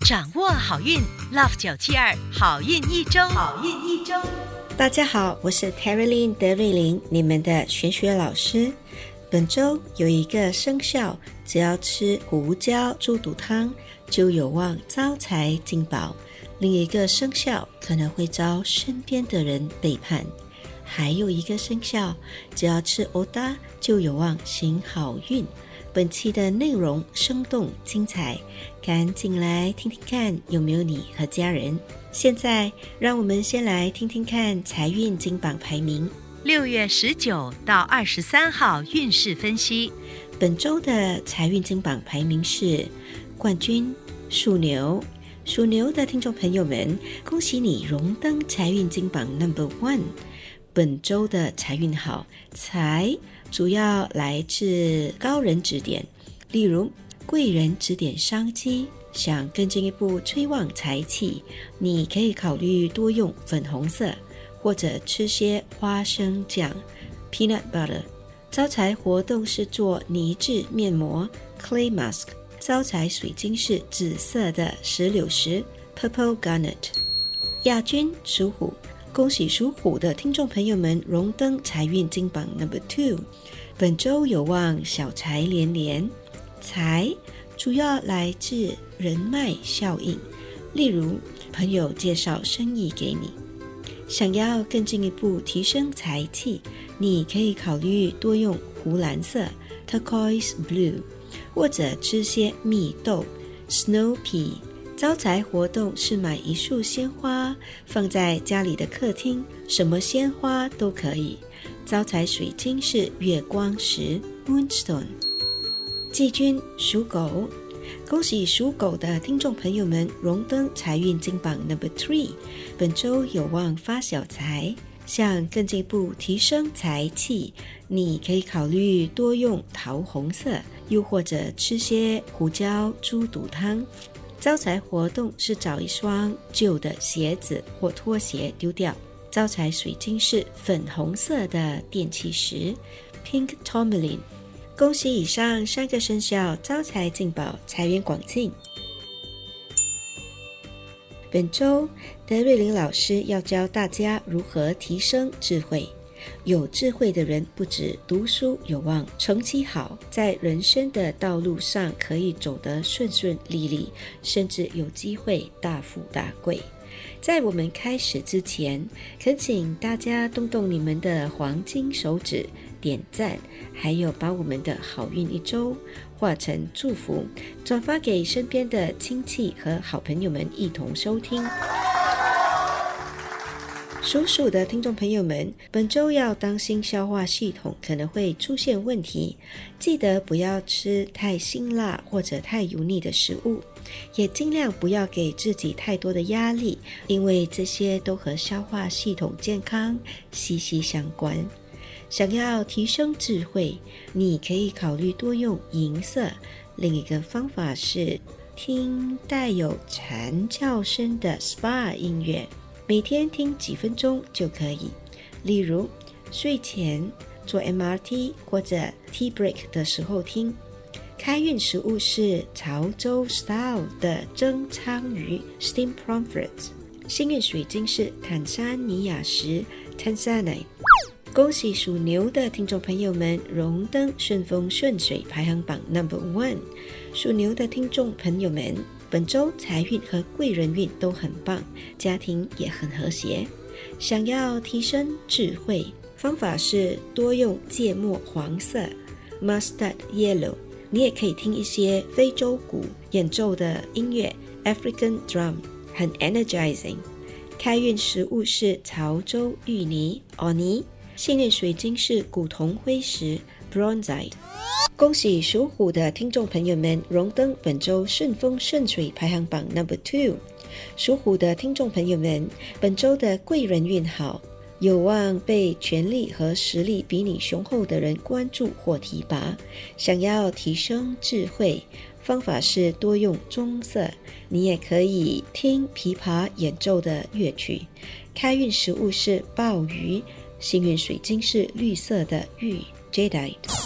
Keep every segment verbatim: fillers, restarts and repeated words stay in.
掌握好运 Love 九七二好运一周，好运一周。 大家好，我是 Terilyn 德瑞琳，你们的玄学老师。本周有一个生肖，只要吃胡椒猪肚汤就有望招财进宝，另一个生肖可能会遭身边的人背叛，还有一个生肖只要吃欧搭就有望行好运。本期的内容生动精彩，赶紧来听听看有没有你和家人。现在让我们先来听听看财运金榜排名。 六月十九到二十三号运势分析。 本周的财运金榜排名是冠军属牛。属牛的听众朋友们，恭喜你荣登财运金榜 number one。 本周的财运好，财主要来自高人指点，例如贵人指点商机，想更进一步催旺财气，你可以考虑多用粉红色，或者吃些花生酱 peanut butter。 招财活动是做泥质面膜 clay mask。 招财水晶是紫色的石榴石 purple garnet。 亚军属虎，恭喜属虎的听众朋友们荣登财运金榜 number two。 本周有望小财连连，财主要来自人脉效应，例如朋友介绍生意给你。想要更进一步提升财气，你可以考虑多用湖蓝色 turquoise blue， 或者吃些蜜豆 snow pea。 招财活动是买一束鲜花放在家里的客厅，什么鲜花都可以。招财水晶是月光石 moonstone。 季军属狗，恭喜属狗的听众朋友们荣登财运金榜 number three。 本周有望发小财，想更进一步提升财气，你可以考虑多用桃红色，又或者吃些胡椒猪肚汤。招财活动是找一双旧的鞋子或拖鞋丢掉。招财水晶是粉红色的电气石 pink tourmaline。恭喜以上三个生肖招财进宝，财源广进。本周德瑞琳老师要教大家如何提升智慧。有智慧的人不止读书有望成绩好，在人生的道路上可以走得顺顺利利，甚至有机会大富大贵。在我们开始之前，恳请大家动动你们的黄金手指点赞，还有把我们的好运一周化成祝福，转发给身边的亲戚和好朋友们一同收听。属鼠的听众朋友们，本周要当心消化系统可能会出现问题，记得不要吃太辛辣或者太油腻的食物，也尽量不要给自己太多的压力，因为这些都和消化系统健康息息相关。想要提升智慧，你可以考虑多用银色，另一个方法是听带有蝉叫声的 S P A 音乐，每天听几分钟就可以，例如睡前、坐 M R T 或者 Tea Break 的时候听。开运食物是潮州 style 的蒸鲳鱼 Steamed Pomfrets。 幸运水晶是坦桑尼亚石 Tanzanite。 恭喜属牛的听众朋友们荣登顺风顺水排行榜 number one。 属牛的听众朋友们，本周财运和贵人运都很棒，家庭也很和谐。想要提升智慧，方法是多用芥末黄色 Mustard Yellow。 你也可以听一些非洲鼓演奏的音乐 African Drum， 很 energizing。 开运食物是潮州芋泥 Oni。 幸运水晶是古铜灰石 Bronzite。恭喜属虎的听众朋友们荣登本周顺风顺水排行榜 number two。 属虎的听众朋友们，本周的贵人运好，有望被权力和实力比你雄厚的人关注或提拔。想要提升智慧，方法是多用棕色，你也可以听琵琶演奏的乐曲。开运食物是鲍鱼，幸运水晶是绿色的玉 Jadeite。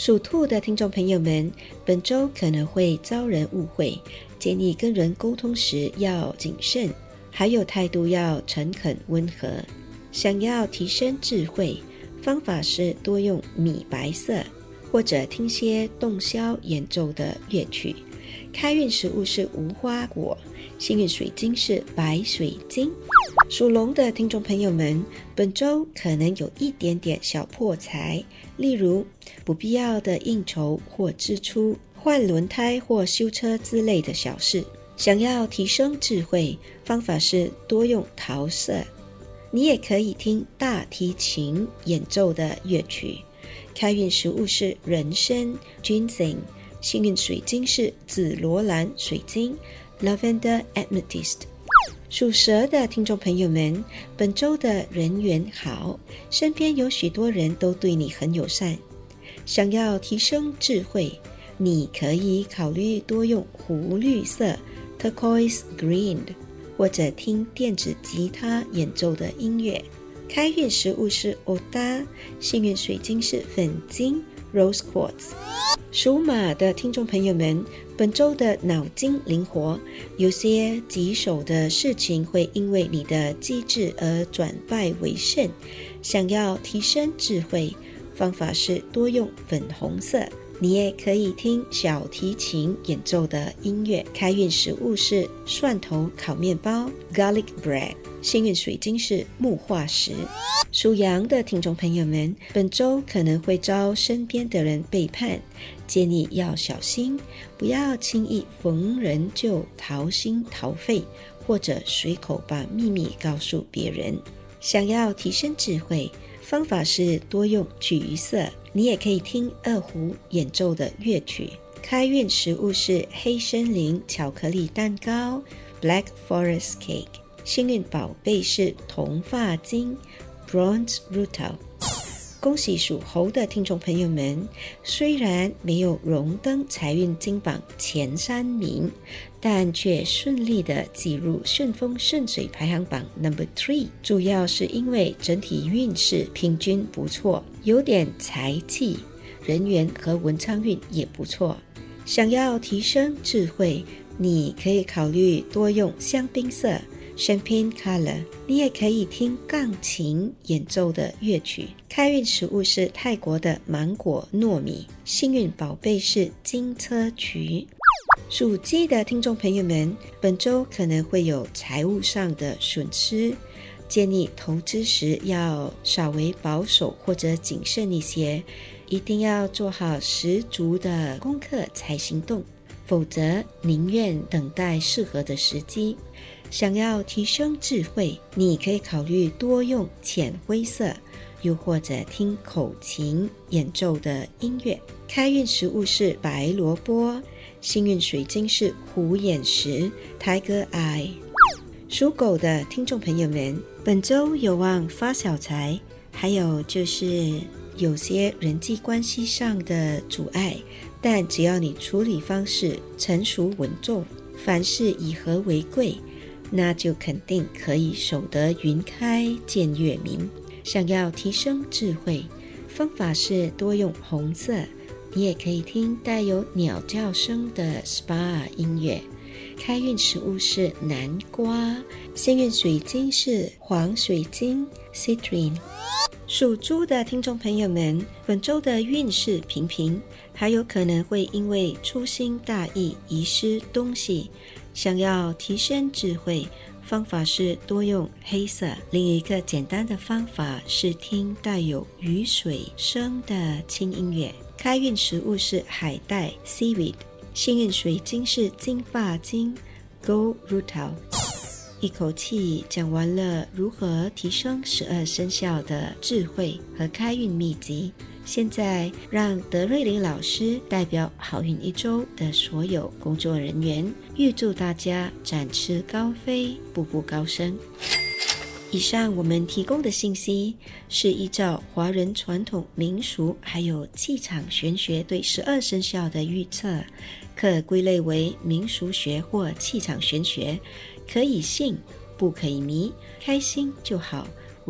属兔的听众朋友们，本周可能会遭人误会，建议跟人沟通时要谨慎，还有态度要诚恳温和。想要提升智慧，方法是多用米白色，或者听些洞箫演奏的乐曲。开运食物是无花果，幸运水晶是白水晶。属龙的听众朋友们，本周可能有一点点小破财，例如不必要的应酬或支出，换轮胎或修车之类的小事。想要提升智慧，方法是多用桃色。你也可以听大提琴演奏的乐曲。开运食物是人参 ginseng， 幸运水晶是紫罗兰水晶 lavender amethyst。 属蛇的听众朋友们，本周的人缘好，身边有许多人都对你很友善。想要提升智慧，你可以考虑多用湖绿色 turquoise green，或者听电子吉他演奏的音乐。开运食物是欧达，幸运水晶是粉晶 Rose Quartz。 属马的听众朋友们，本周的脑筋灵活，有些棘手的事情会因为你的机智而转败为胜。想要提升智慧，方法是多用粉红色。你也可以听小提琴演奏的音乐。开运食物是蒜头烤面包 garlic bread， 幸运水晶是木化石。属羊的听众朋友们，本周可能会遭身边的人背叛，建议要小心，不要轻易逢人就掏心掏肺，或者随口把秘密告诉别人。想要提升智慧，方法是多用橘色。你也可以听二胡演奏的乐曲。开运食物是黑森林巧克力蛋糕 Black Forest Cake， 幸运宝贝是铜发晶 Bronze Rutil。 恭喜属猴的听众朋友们，虽然没有荣登财运金榜前三名，但却顺利的挤入顺风顺水排行榜 number three， 主要是因为整体运势平均不错，有点财气，人缘和文昌运也不错。想要提升智慧，你可以考虑多用香槟色 Champagne Color。 你也可以听钢琴演奏的乐曲。开运食物是泰国的芒果糯米，幸运宝贝是金车菊。属鸡的听众朋友们，本周可能会有财务上的损失，建议投资时要稍微保守或者谨慎一些，一定要做好十足的功课才行动，否则宁愿等待适合的时机。想要提升智慧，你可以考虑多用浅灰色，又或者听口琴演奏的音乐。开运食物是白萝卜，幸运水晶是虎眼石 Tiger Eye。 属狗的听众朋友们，本周有望发小财，还有就是有些人际关系上的阻碍，但只要你处理方式成熟稳重，凡事以和为贵，那就肯定可以守得云开见月明。想要提升智慧，方法是多用红色。你也可以听带有鸟叫声的 S P A 音乐。开运食物是南瓜，幸运水晶是黄水晶 Citrine。 属猪的听众朋友们，本周的运势平平，还有可能会因为粗心大意遗失东西。想要提升智慧，方法是多用黑色。另一个简单的方法是听带有雨水声的轻音乐。开运食物是海带 Seaweed， 幸运水晶是金发晶 Gold Rutil。 一口气讲完了如何提升十二生肖的智慧和开运秘籍，现在让德瑞琳老师代表好运一周的所有工作人员，预祝大家展翅高飞，步步高升。以上我们提供的信息是依照华人传统民俗还有气场玄学对十二生肖的预测，可归类为民俗学或气场玄学，可以信不可以迷，开心就好，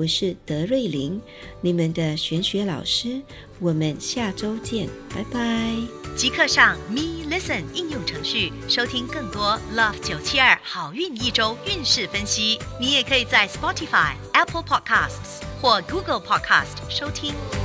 我是德瑞琳，你们的玄学老师，我们下周见，拜拜。 即刻上 Me Listen 应用程序收听更多 Love 九七二好运一周运势分析。你也可以在 Spotify、Apple Podcasts 或 Google Podcast 收听。